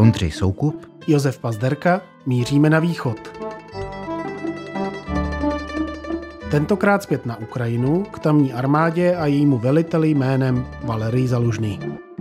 Ondřej Soukup, Josef Pazderka, míříme na východ. Tentokrát zpět na Ukrajinu, k tamní armádě a jejímu veliteli jménem Valerij Zalužný.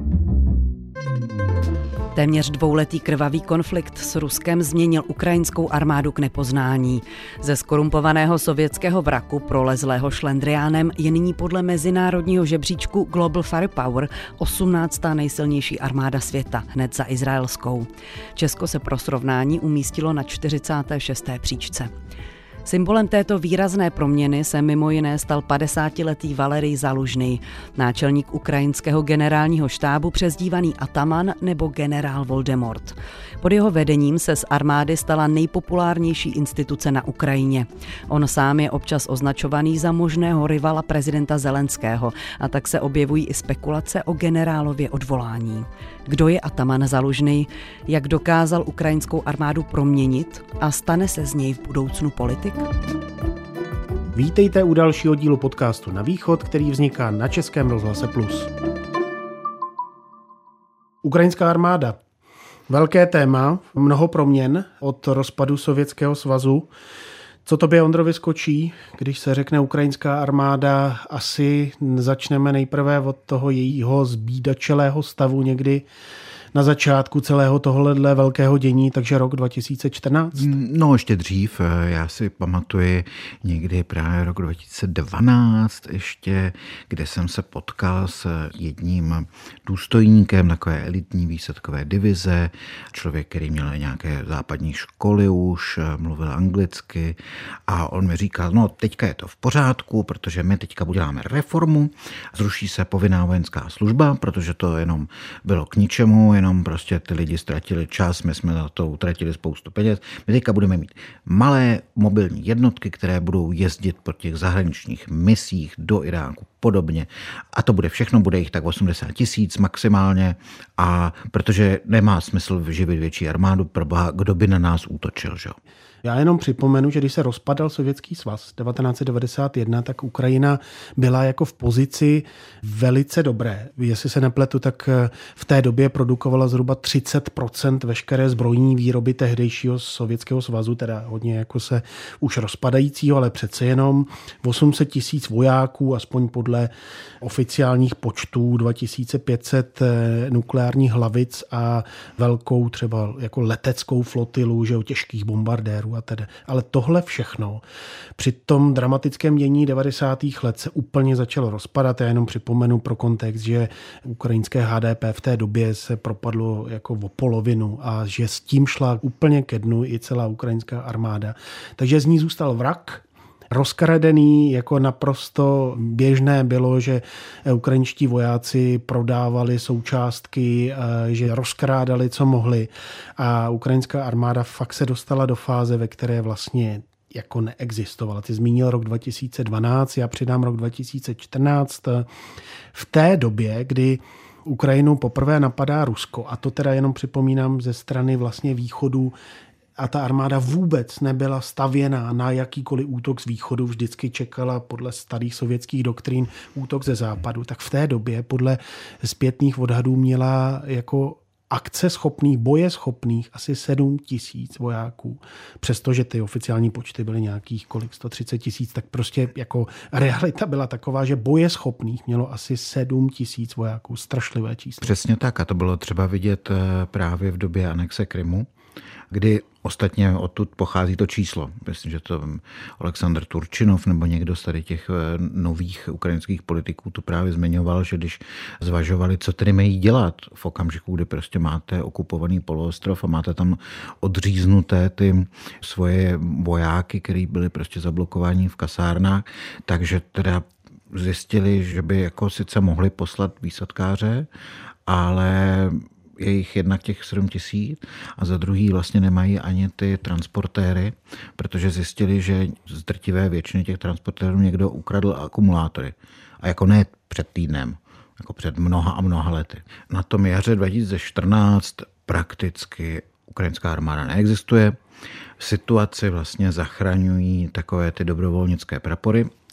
Téměř dvouletý krvavý konflikt s Ruskem změnil ukrajinskou armádu k nepoznání. Ze skorumpovaného sovětského vraku, prolezlého šlendriánem, je nyní podle mezinárodního žebříčku Global Firepower 18. nejsilnější armáda světa, hned za izraelskou. Česko se pro srovnání umístilo na 46. příčce. Symbolem této výrazné proměny se mimo jiné stal 50letý Valerij Zalužný, náčelník ukrajinského generálního štábu přezdívaný Ataman nebo generál Voldemort. Pod jeho vedením se z armády stala nejpopulárnější instituce na Ukrajině. On sám je občas označovaný za možného rivala prezidenta Zelenského a tak se objevují i spekulace o generálově odvolání. Kdo je Ataman Zalužný, jak dokázal ukrajinskou armádu proměnit a stane se z něj v budoucnu politik? Vítejte u dalšího dílu podcastu Na východ, který vzniká na Českém rozhlase Plus. Ukrajinská armáda. Velké téma, mnoho proměn od rozpadu Sovětského svazu. Co tobě, Ondro, vyskočí, když se řekne ukrajinská armáda? Asi začneme nejprve od toho jejího zbídačelého stavu někdy na začátku celého tohohle velkého dění, takže rok 2014? No ještě dřív, já si pamatuji někdy právě rok 2012 ještě, kde jsem se potkal s jedním důstojníkem takové elitní výsadkové divize, člověk, který měl nějaké západní školy už, mluvil anglicky a on mi říkal, no teďka je to v pořádku, protože my teďka uděláme reformu, zruší se povinná vojenská služba, protože to jenom bylo k ničemu, jenom prostě ty lidi ztratili čas, my jsme na to utratili spoustu peněz. My teďka budeme mít malé mobilní jednotky, které budou jezdit po těch zahraničních misích do Iráku podobně. A to bude všechno, bude jich tak 80 000 maximálně. A protože nemá smysl živit větší armádu, proboha, kdo by na nás útočil, že? Já jenom připomenu, že když se rozpadal Sovětský svaz 1991, tak Ukrajina byla jako v pozici velice dobré. Jestli se nepletu, tak v té době produkovala zhruba 30% veškeré zbrojní výroby tehdejšího Sovětského svazu, teda hodně jako se už rozpadajícího, ale přece jenom 800 000 vojáků, aspoň podle oficiálních počtů, 2500 nukleárních hlavic a velkou třeba jako leteckou flotilu, že, těžkých bombardérů a tedy. Ale tohle všechno při tom dramatickém dění 90. let se úplně začalo rozpadat. Já jenom připomenu pro kontext, že ukrajinské HDP v té době se propadlo jako o polovinu a že s tím šla úplně ke dnu i celá ukrajinská armáda. Takže z ní zůstal vrak, rozkradený, jako naprosto běžné bylo, že ukrajinští vojáci prodávali součástky, že rozkrádali, co mohli. A ukrajinská armáda fakt se dostala do fáze, ve které vlastně jako neexistovala. Ty zmínil rok 2012, já přidám rok 2014. V té době, kdy Ukrajinu poprvé napadá Rusko, a to teda jenom připomínám ze strany vlastně východu, a ta armáda vůbec nebyla stavěná na jakýkoliv útok z východu, vždycky čekala podle starých sovětských doktrín útok ze západu, tak v té době podle zpětných odhadů měla jako akceschopných, bojeschopných asi 7 000 vojáků. Přestože ty oficiální počty byly nějakých 130 000, tak prostě jako realita byla taková, že bojeschopných mělo asi 7 000 vojáků. Strašlivé číslo. Přesně tak a to bylo třeba vidět právě v době anexe Krymu, kdy ostatně odtud pochází to číslo. Myslím, že to Oleksandr Turčinov nebo někdo z tady těch nových ukrajinských politiků to právě zmiňoval, že když zvažovali, co tedy mají dělat v okamžiku, kdy prostě máte okupovaný poloostrov a máte tam odříznuté ty svoje vojáky, který byli prostě zablokováni v kasárnách, takže teda zjistili, že by jako sice mohli poslat výsadkáře, ale je jich jednak těch 7 000 a za druhý vlastně nemají ani ty transportéry, protože zjistili, že z drtivé většiny těch transportérů někdo ukradl akumulátory. A jako ne před týdnem, jako před mnoha a mnoha lety. Na tom jaře 2014 prakticky ukrajinská armáda neexistuje. Situaci vlastně zachraňují takové ty dobrovolnické prapory.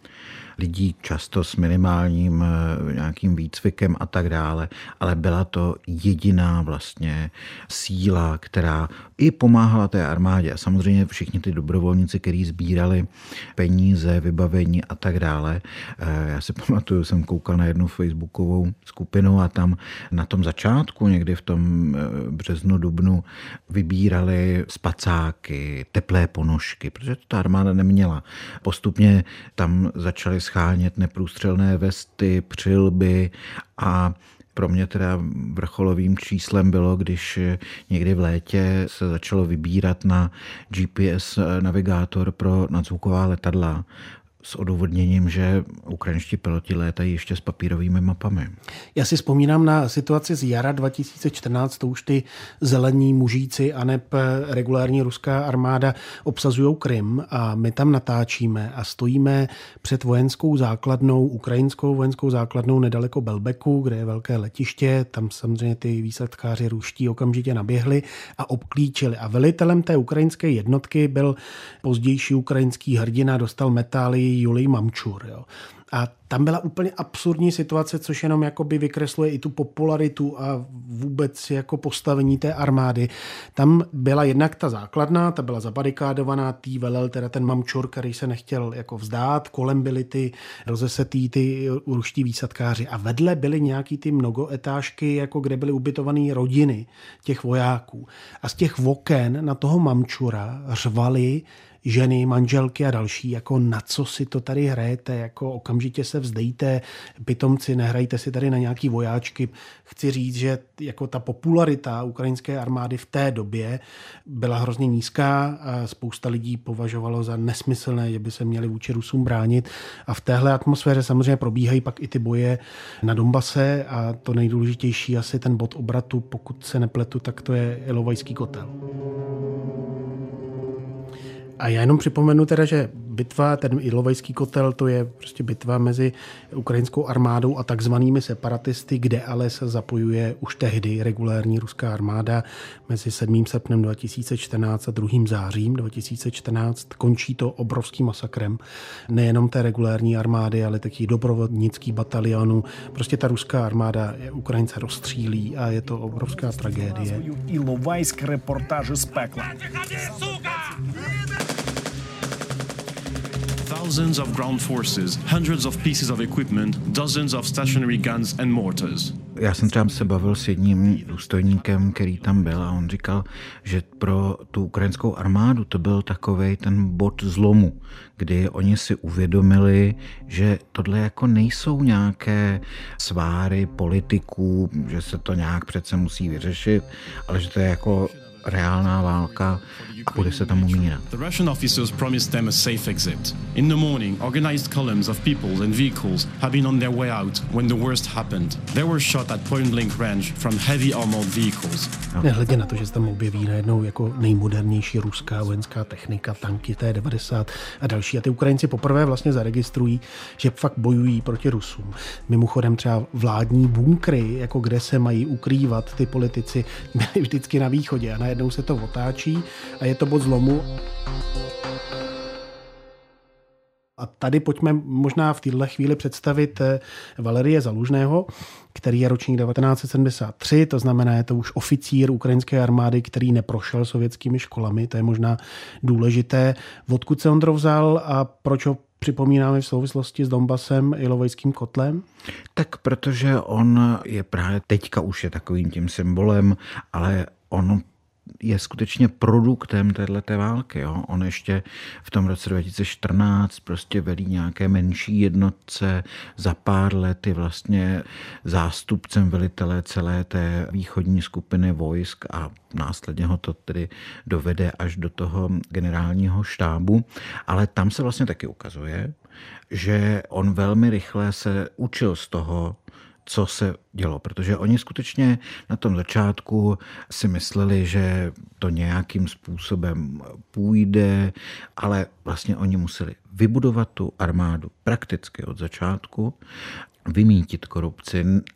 lidí, často s minimálním nějakým výcvikem a tak dále, ale byla to jediná vlastně síla, která i pomáhala té armádě. A samozřejmě všichni ty dobrovolníci, kteří sbírali peníze, vybavení a tak dále. Já si pamatuju, jsem koukal na jednu facebookovou skupinu a tam na tom začátku, někdy v tom březnu, dubnu, vybírali spacáky, teplé ponožky, protože to ta armáda neměla. Postupně tam začali schánět neprůstřelné vesty, přilby a pro mě teda vrcholovým číslem bylo, když někdy v létě se začalo vybírat na GPS navigátor pro nadzvuková letadla s odůvodněním, že ukrajinští piloti létají ještě s papírovými mapami. Já si vzpomínám na situaci z jara 2014, to už ty zelení mužíci a neb regulární ruská armáda obsazují Krym a my tam natáčíme a stojíme před vojenskou základnou, ukrajinskou vojenskou základnou nedaleko Belbeku, kde je velké letiště, tam samozřejmě ty výsadkáři ruští okamžitě naběhli a obklíčili. A velitelem té ukrajinské jednotky byl pozdější ukrajinský hrdina, dostal medaili Julij Mamčur. Jo. A tam byla úplně absurdní situace, což jenom jakoby vykresluje i tu popularitu a vůbec jako postavení té armády. Tam byla jednak ta základna, ta byla zabarikádovaná, tý velel teda ten Mamčur, který se nechtěl jako vzdát, kolem byly ty rozesetý ty ruští výsadkáři a vedle byly nějaký ty mnogoetážky, jako kde byly ubytované rodiny těch vojáků. A z těch oken na toho Mamčura řvali ženy, manželky a další, jako na co si to tady hrajete, jako okamžitě se vzdejte, pitomci, nehrajte si tady na nějaký vojáčky. Chci říct, že jako ta popularita ukrajinské armády v té době byla hrozně nízká a spousta lidí považovalo za nesmyslné, že by se měli vůči Rusům bránit. A v téhle atmosféře samozřejmě probíhají pak i ty boje na Donbase a to nejdůležitější asi ten bod obratu, pokud se nepletu, tak to je Ilovajský kotel. A já jenom připomenu teda, že bitva, ten Ilovajský kotel, to je prostě bitva mezi ukrajinskou armádou a takzvanými separatisty, kde ale se zapojuje už tehdy regulární ruská armáda mezi 7. srpnem 2014 a 2. zářím 2014. Končí to obrovským masakrem nejenom té regulární armády, ale taky dobrovolnický batalionu. Prostě ta ruská armáda Ukrajince rozstřílí a je to obrovská tragédie. Іловайськ, репортажі з пекла. Thousands of ground forces, hundreds of pieces of equipment, dozens of stationary guns and mortars. Já jsem třeba se bavil s jedním důstojníkem, který tam byl a on říkal, že pro tu ukrajinskou armádu to byl takovej ten bod zlomu, kdy oni si uvědomili, že tohle jako nejsou nějaké sváry politiků, že se to nějak přece musí vyřešit, ale že to je jako reálná válka a bude se tam umírat. The Russian officers promised them a safe exit. In the morning, organized columns of people and vehicles had been on their way out when the worst happened. They were shot at point-blank range from heavy armored vehicles. Nehledě na to, že se tam objeví najednou jako nejmodernější ruská vojenská technika, tanky T-90 a další. A ty Ukrajinci poprvé vlastně zaregistrují, že fakt bojují proti Rusům. Mimochodem třeba vládní bunkry, jako kde se mají ukrývat ty politici, byly vždycky na východě a najednou se to otáčí a je to bod zlomu. A tady pojďme možná v této chvíli představit Valerie Zalužného, který je ročník 1973, to znamená, je to už oficír ukrajinské armády, který neprošel sovětskými školami, to je možná důležité. Odkud se Ondro vzal a proč ho připomínáme v souvislosti s Donbasem, Ilovajským kotlem? Tak protože on je právě teďka už je takovým tím symbolem, ale on je skutečně produktem téhleté války. Jo? On ještě v tom roce 2014 prostě velí nějaké menší jednotce, za pár let je vlastně zástupcem velitele celé té východní skupiny vojsk a následně ho to tedy dovede až do toho generálního štábu. Ale tam se vlastně taky ukazuje, že on velmi rychle se učil z toho, co se dělo, protože oni skutečně na tom začátku si mysleli, že to nějakým způsobem půjde, ale vlastně oni museli vybudovat tu armádu prakticky od začátku, vymítit korupci a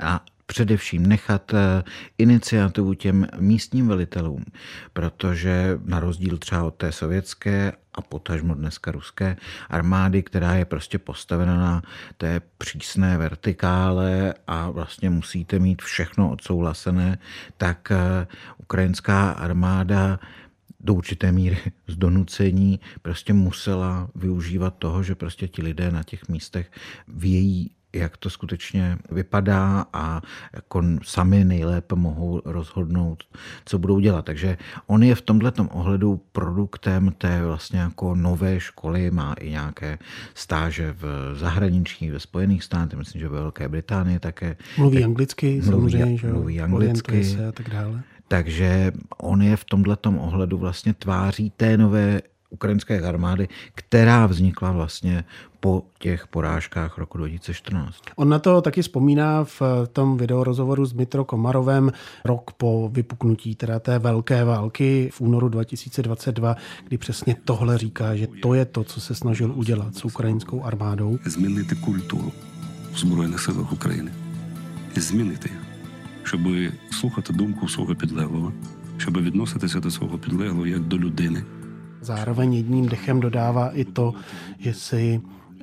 především nechat iniciativu těm místním velitelům, protože na rozdíl třeba od té sovětské a potažmo dneska ruské armády, která je prostě postavena na té přísné vertikále a vlastně musíte mít všechno odsouhlasené, tak ukrajinská armáda do určité míry z donucení prostě musela využívat toho, že prostě ti lidé na těch místech vědí, jak to skutečně vypadá a jako sami nejlépe mohou rozhodnout, co budou dělat. Takže on je v tomhletom ohledu produktem té vlastně jako nové školy, má i nějaké stáže v zahraničí, ve Spojených státech, myslím, že ve Velké Británii také. Mluví anglicky, samozřejmě, že mluví anglicky a tak dále. Takže on je v tomhletom ohledu vlastně tváří té nové ukrajinské armády, která vznikla vlastně po těch porážkách roku 2014. On na to taky vzpomíná v tom videorozhovoru s Dmytro Komarovem rok po vypuknutí teda té velké války v únoru 2022, kdy přesně tohle říká, že to je to, co se snažil udělat s ukrajinskou armádou. Změnit kulturu v Збройних силах України. Змінити їх, щоб слухати думку свого підлеглого, щоб відноситися до свого підлеглого як до людини. Zároveň jedním dechem dodává i to, že si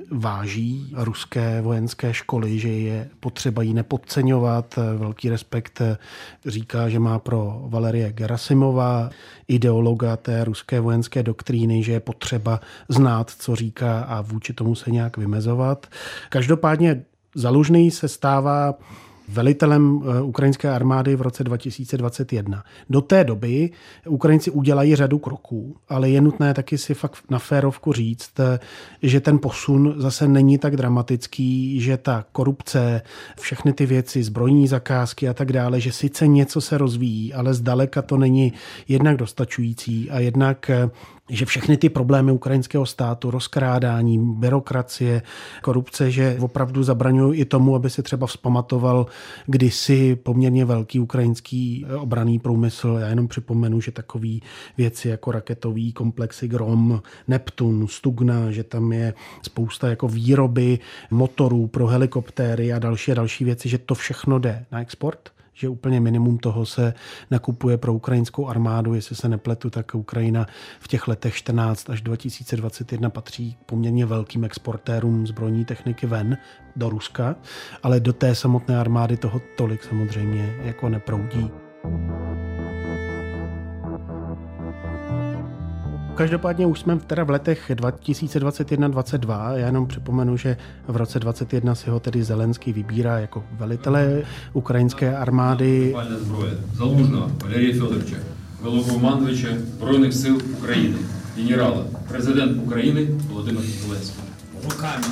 váží ruské vojenské školy, že je potřeba jí nepodceňovat. Velký respekt říká, že má pro Valerie Gerasimova, ideologa té ruské vojenské doktríny, že je potřeba znát, co říká a vůči tomu se nějak vymezovat. Každopádně Zalužný se stává velitelem ukrajinské armády v roce 2021. Do té doby Ukrajinci udělají řadu kroků, ale je nutné taky si fakt na férovku říct, že ten posun zase není tak dramatický, že ta korupce, všechny ty věci, zbrojní zakázky a tak dále, že sice něco se rozvíjí, ale zdaleka to není jednak dostačující a jednak že všechny ty problémy ukrajinského státu, rozkrádání, byrokracie, korupce, že opravdu zabraňují i tomu, aby se třeba vzpamatoval kdysi poměrně velký ukrajinský obranný průmysl. Já jenom připomenu, že takový věci jako raketový komplexy Grom, Neptun, Stugna, že tam je spousta jako výroby motorů pro helikoptéry a další věci, že to všechno jde na export. Že úplně minimum toho se nakupuje pro ukrajinskou armádu. Jestli se nepletu, tak Ukrajina v těch letech 14 až 2021 patří k poměrně velkým exportérům zbrojní techniky ven do Ruska, ale do té samotné armády toho tolik samozřejmě jako neproudí. Každopádně už jsme teda v letech 2021-22. Já jenom připomenu, že v roce 2021 si ho tedy Zelenský vybírá jako velitele ukrajinské armády. Залужного Валерія Федоровича, головнокомандувача Збройних сил України, генерала, президент України Володимир Зеленський. Руками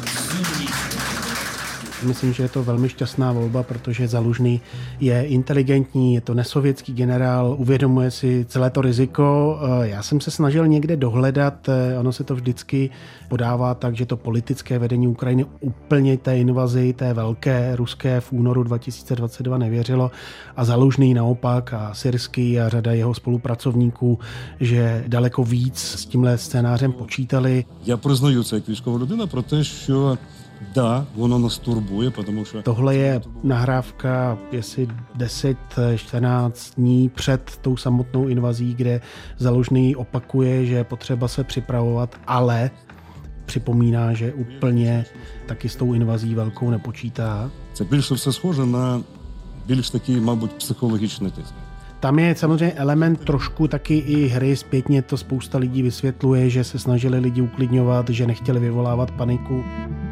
Myslím, že je to velmi šťastná volba, protože Zalužný je inteligentní, je to nesovětský generál, uvědomuje si celé to riziko. Já jsem se snažil někde dohledat, ono se to vždycky podává tak, že to politické vedení Ukrajiny úplně té invazi, té velké ruské v únoru 2022 nevěřilo a Zalužný naopak a Syrský a řada jeho spolupracovníků, že daleko víc s tímhle scénářem počítali. Я признаю це як військова людина про те, що да, воно нас турбує, тому що Tohle je nahrávka jestli 10-14 dní před tou samotnou invazí, kde Zalužný opakuje, že je potřeba se připravovat, ale připomíná, že úplně taky s tou invazí velkou nepočítá. це більше все схоже на більш такий, мабуть, психологічний тиск. Tam je samozřejmě element trošku taky i hry, zpětně to spousta lidí vysvětluje, že se snažili lidi uklidňovat, že nechtěli vyvolávat paniku.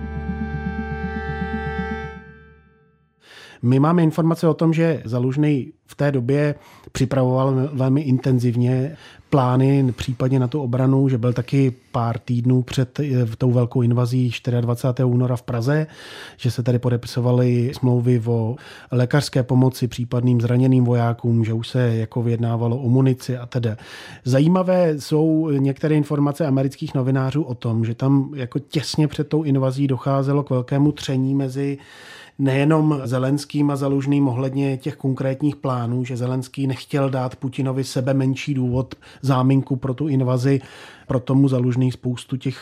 My máme informace o tom, že Zalužný v té době připravoval velmi intenzivně plány případně na tu obranu, že byl taky pár týdnů před tou velkou invazí 24. února v Praze, že se tady podepisovaly smlouvy o lékařské pomoci případným zraněným vojákům, že už se jako vyjednávalo o munici a tedy. Zajímavé jsou některé informace amerických novinářů o tom, že tam jako těsně před tou invazí docházelo k velkému tření mezi nejenom Zelenským a Zalužným ohledně těch konkrétních plánů, že Zelenský nechtěl dát Putinovi sebe menší důvod, záminku pro tu invazi, proto mu Zalužný spoustu těch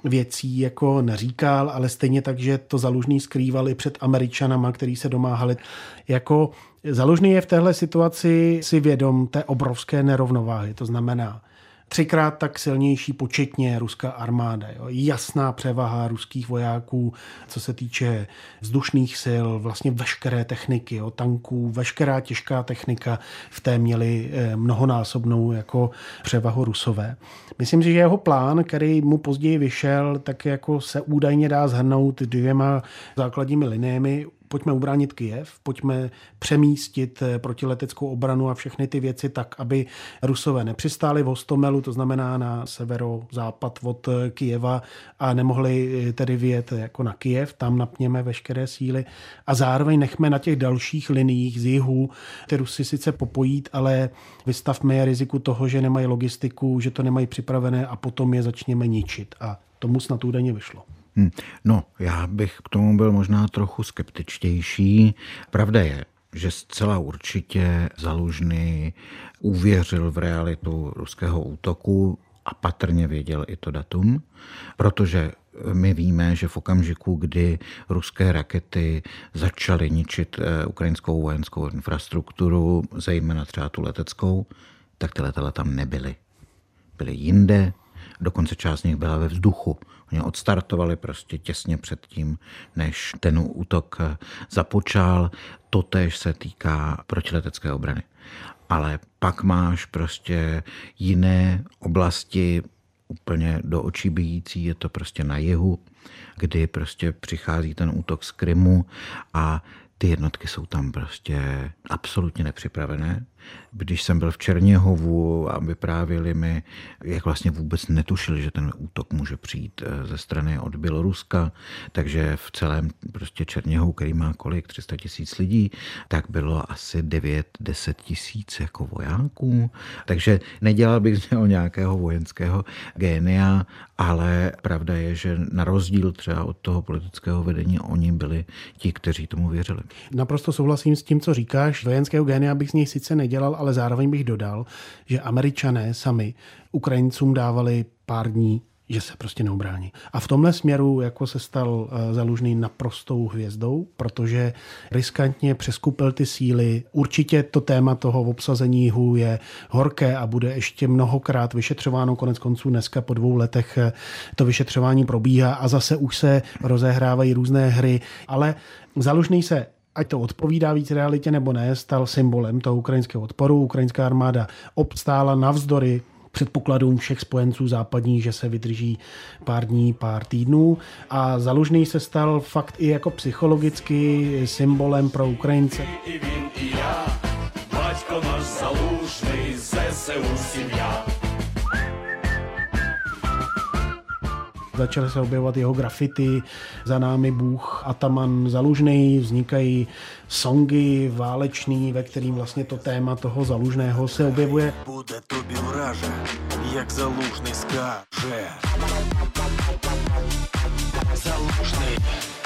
věcí jako neříkal, ale stejně tak, že to Zalužný skrýval i před Američanama, který se domáhali. Jako Zalužný je v téhle situaci si vědom té obrovské nerovnováhy, to znamená 3krát tak silnější početně ruská armáda. Jo. Jasná převaha ruských vojáků, co se týče vzdušných sil, vlastně veškeré techniky, jo, tanků, veškerá těžká technika v té měli mnohonásobnou jako převahu Rusové. Myslím si, že jeho plán, který mu později vyšel, tak jako se údajně dá shrnout 2 základními liniemi. Pojďme ubránit Kyjev, pojďme přemístit protileteckou obranu a všechny ty věci tak, aby Rusové nepřistáli v Hostomelu, to znamená na severozápad od Kyjeva a nemohli tedy vyjet jako na Kyjev, tam napněme veškeré síly a zároveň nechme na těch dalších liniích z jihu ty Rusy sice popojít, ale vystavme je riziku toho, že nemají logistiku, že to nemají připravené a potom je začněme ničit. A tomu snad údajně vyšlo. No, já bych k tomu byl možná trochu skeptičtější. Pravda je, že zcela určitě Zalužný uvěřil v realitu ruského útoku a patrně věděl i to datum, protože my víme, že v okamžiku, kdy ruské rakety začaly ničit ukrajinskou vojenskou infrastrukturu, zejména třeba tu leteckou, tak ty letadla tam nebyly. Byly jinde, dokonce část z nich byla ve vzduchu. Oni odstartovali prostě těsně předtím, než ten útok započal. Totéž se týká protiletecké obrany. Ale pak máš prostě jiné oblasti, úplně do očí bijící, je to prostě na jihu, kdy prostě přichází ten útok z Krymu a ty jednotky jsou tam prostě absolutně nepřipravené. Když jsem byl v Černěhovu a vyprávěli mi, jak vlastně vůbec netušili, že ten útok může přijít ze strany od Běloruska, takže v celém prostě Černěhovu, který má kolik, 300 000 lidí, tak bylo asi 9-10 tisíc jako vojáků. Takže nedělal bych z něho nějakého vojenského génia, ale pravda je, že na rozdíl třeba od toho politického vedení, oni byli ti, kteří tomu věřili. Naprosto souhlasím s tím, co říkáš. Vojenského génia bych z něj sice nedělal, ale zároveň bych dodal, že Američané sami Ukrajincům dávali pár dní, že se prostě neubrání. A v tomhle směru jako se stal Zalužný naprostou hvězdou, protože riskantně přeskupil ty síly. Určitě to téma toho obsazení jihu je horké a bude ještě mnohokrát vyšetřováno. Konec konců dneska po 2 letech to vyšetřování probíhá a zase už se rozehrávají různé hry. Ale Zalužný se, ať to odpovídá víc realitě nebo ne, stal symbolem toho ukrajinského odporu. Ukrajinská armáda obstála navzdory předpokladům všech spojenců západních, že se vydrží pár dní, pár týdnů. A Zalužný se stal fakt i jako psychologicky symbolem pro Ukrajince. Začaly se objevovat jeho grafity, za námi Bůh, ataman Zalužný, vznikají songy válečný, ve kterým vlastně to téma toho Zalužného se objevuje. Bude тобі враже, як Залужний скаже. Залужний.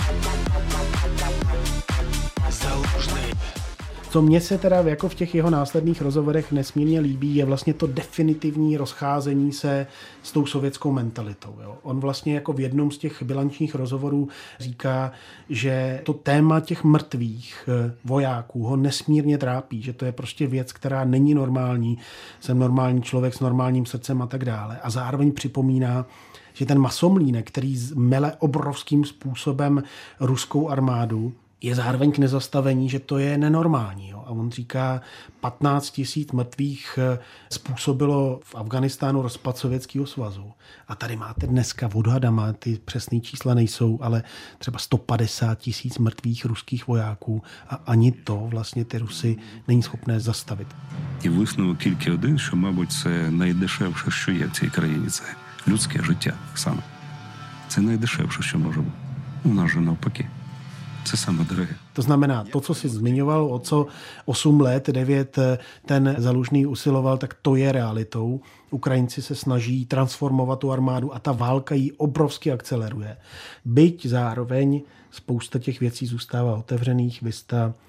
Залужний. Co mně se teda jako v těch jeho následných rozhovorech nesmírně líbí, je vlastně to definitivní rozcházení se s tou sovětskou mentalitou. Jo. On vlastně jako v jednom z těch bilančních rozhovorů říká, že to téma těch mrtvých vojáků ho nesmírně trápí, že to je prostě věc, která není normální, jsem normální člověk s normálním srdcem a tak dále. A zároveň připomíná, že ten masomlínek, který mele obrovským způsobem ruskou armádu, je zároveň k nezastavení, že to je nenormální. Jo. A on říká, 15 000 mrtvých způsobilo v Afghánistánu rozpad Sovětského svazu. A tady máte dneska odhadama, ty přesné čísla nejsou, ale třeba 150 000 mrtvých ruských vojáků a ani to vlastně ty Rusy není schopné zastavit. І висновок тільки один, що, мабуть, це найдешевше, що є в цій країні. Це людське життя саме. Це найдешевше, що може бути. У нас же навпаки. Co samo drahé. To znamená, to, co jsi zmiňoval, o co 8 let, 9 ten Zalužný usiloval, tak to je realitou. Ukrajinci se snaží transformovat tu armádu a ta válka ji obrovsky akceleruje. Byť zároveň spousta těch věcí zůstává otevřených, vysta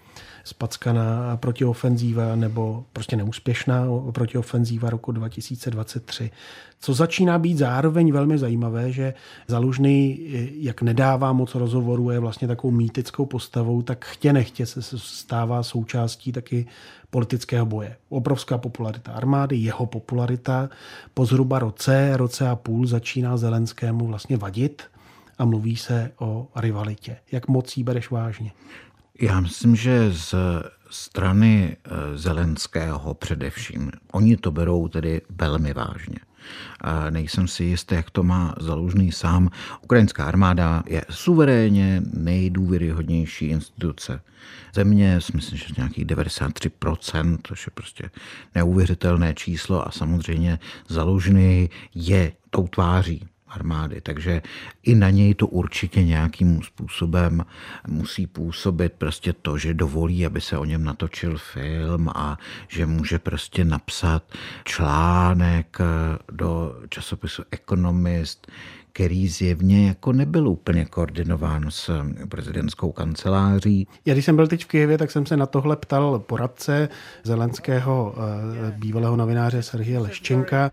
spackaná protiofenzíva nebo prostě neúspěšná protiofenzíva roku 2023. Co začíná být zároveň velmi zajímavé, že Zalužný, jak nedává moc rozhovorů, je vlastně takovou mýtickou postavou, tak chtě nechtě se stává součástí taky politického boje. Obrovská popularita armády, jeho popularita po zhruba roce a půl začíná Zelenskému vlastně vadit a mluví se o rivalitě. Jak moc jí bereš vážně? Já myslím, že z strany Zelenského především, oni to berou tedy velmi vážně. A nejsem si jistý, jak to má Zalužný sám. Ukrajinská armáda je suverénně nejdůvěryhodnější instituce země, myslím, že nějakých 93%, což je prostě neuvěřitelné číslo a samozřejmě Zalužný je tou tváří armády, takže i na něj to určitě nějakým způsobem musí působit prostě to, že dovolí, aby se o něm natočil film a že může prostě napsat článek do časopisu Economist, který zjevně jako nebyl úplně koordinován s prezidentskou kanceláří. Já když jsem byl teď v Kyjevě, tak jsem se na tohle ptal poradce Zelenského, bývalého novináře Serhije Leščenka.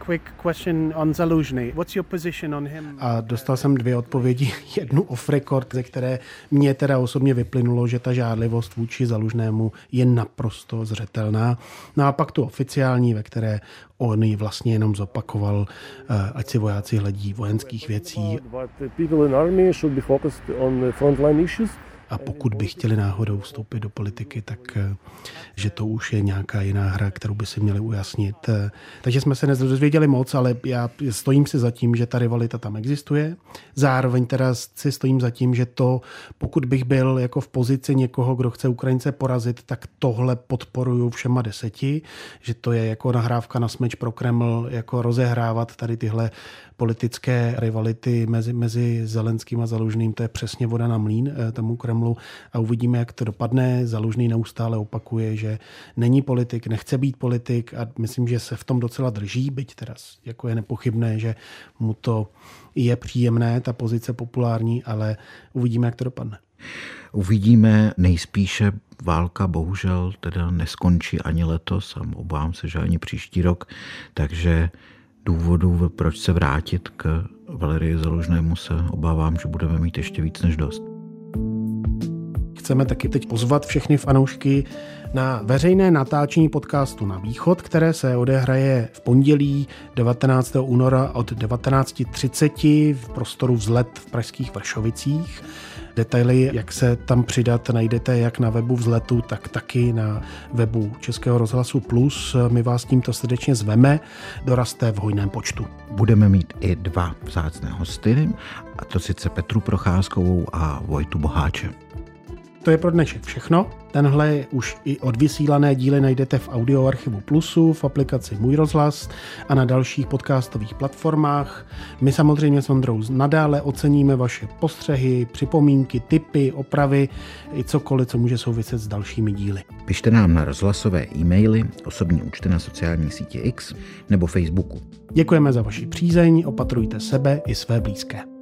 A dostal jsem 2 odpovědi, jednu off record, ze které mě teda osobně vyplynulo, že ta žádlivost vůči Zalužnému je naprosto zřetelná. No a pak tu oficiální, ve které on ji vlastně jenom zopakoval, ať si vojáci hledí vojenských věcí. A pokud by chtěli náhodou vstoupit do politiky, tak že to už je nějaká jiná hra, kterou by si měli ujasnit. Takže jsme se nedozvěděli moc, ale já stojím si za tím, že ta rivalita tam existuje. Zároveň teda si stojím za tím, že to, pokud bych byl jako v pozici někoho, kdo chce Ukrajince porazit, tak tohle podporuju všema 10, že to je jako nahrávka na smeč pro Kreml, jako rozehrávat tady tyhle politické rivality mezi Zelenským a Zalužným, to je přesně voda na mlýn tomu Kremlu a uvidíme, jak to dopadne. Zalužný neustále opakuje, že není politik, nechce být politik a myslím, že se v tom docela drží, byť teda jako je nepochybné, že mu to je příjemné, ta pozice populární, ale uvidíme, jak to dopadne. Uvidíme, nejspíše válka bohužel teda neskončí ani letos a obávám se, že ani příští rok, takže důvodů, proč se vrátit k Valerii Zalužnému, se obávám, že budeme mít ještě víc než dost. Chceme taky teď pozvat všechny fanoušky na veřejné natáčení podcastu Na východ, které se odehraje v pondělí 19. února od 19:30 v prostoru Vzlet v pražských Vršovicích. Detaily, jak se tam přidat, najdete jak na webu Vzletu, tak taky na webu Českého rozhlasu Plus. My vás tímto srdečně zveme, dorazte v hojném počtu. Budeme mít i 2 vzácné hosty, a to sice Petru Procházkovou a Vojtu Boháče. To je pro dnešek všechno. Tenhle už i odvysílané díly najdete v audioarchivu Plusu, v aplikaci Můj rozhlas a na dalších podcastových platformách. My samozřejmě s Ondrou nadále oceníme vaše postřehy, připomínky, tipy, opravy i cokoliv, co může souviset s dalšími díly. Pište nám na rozhlasové e-maily, osobní účty na sociální síti X nebo Facebooku. Děkujeme za vaši přízeň, opatrujte sebe i své blízké.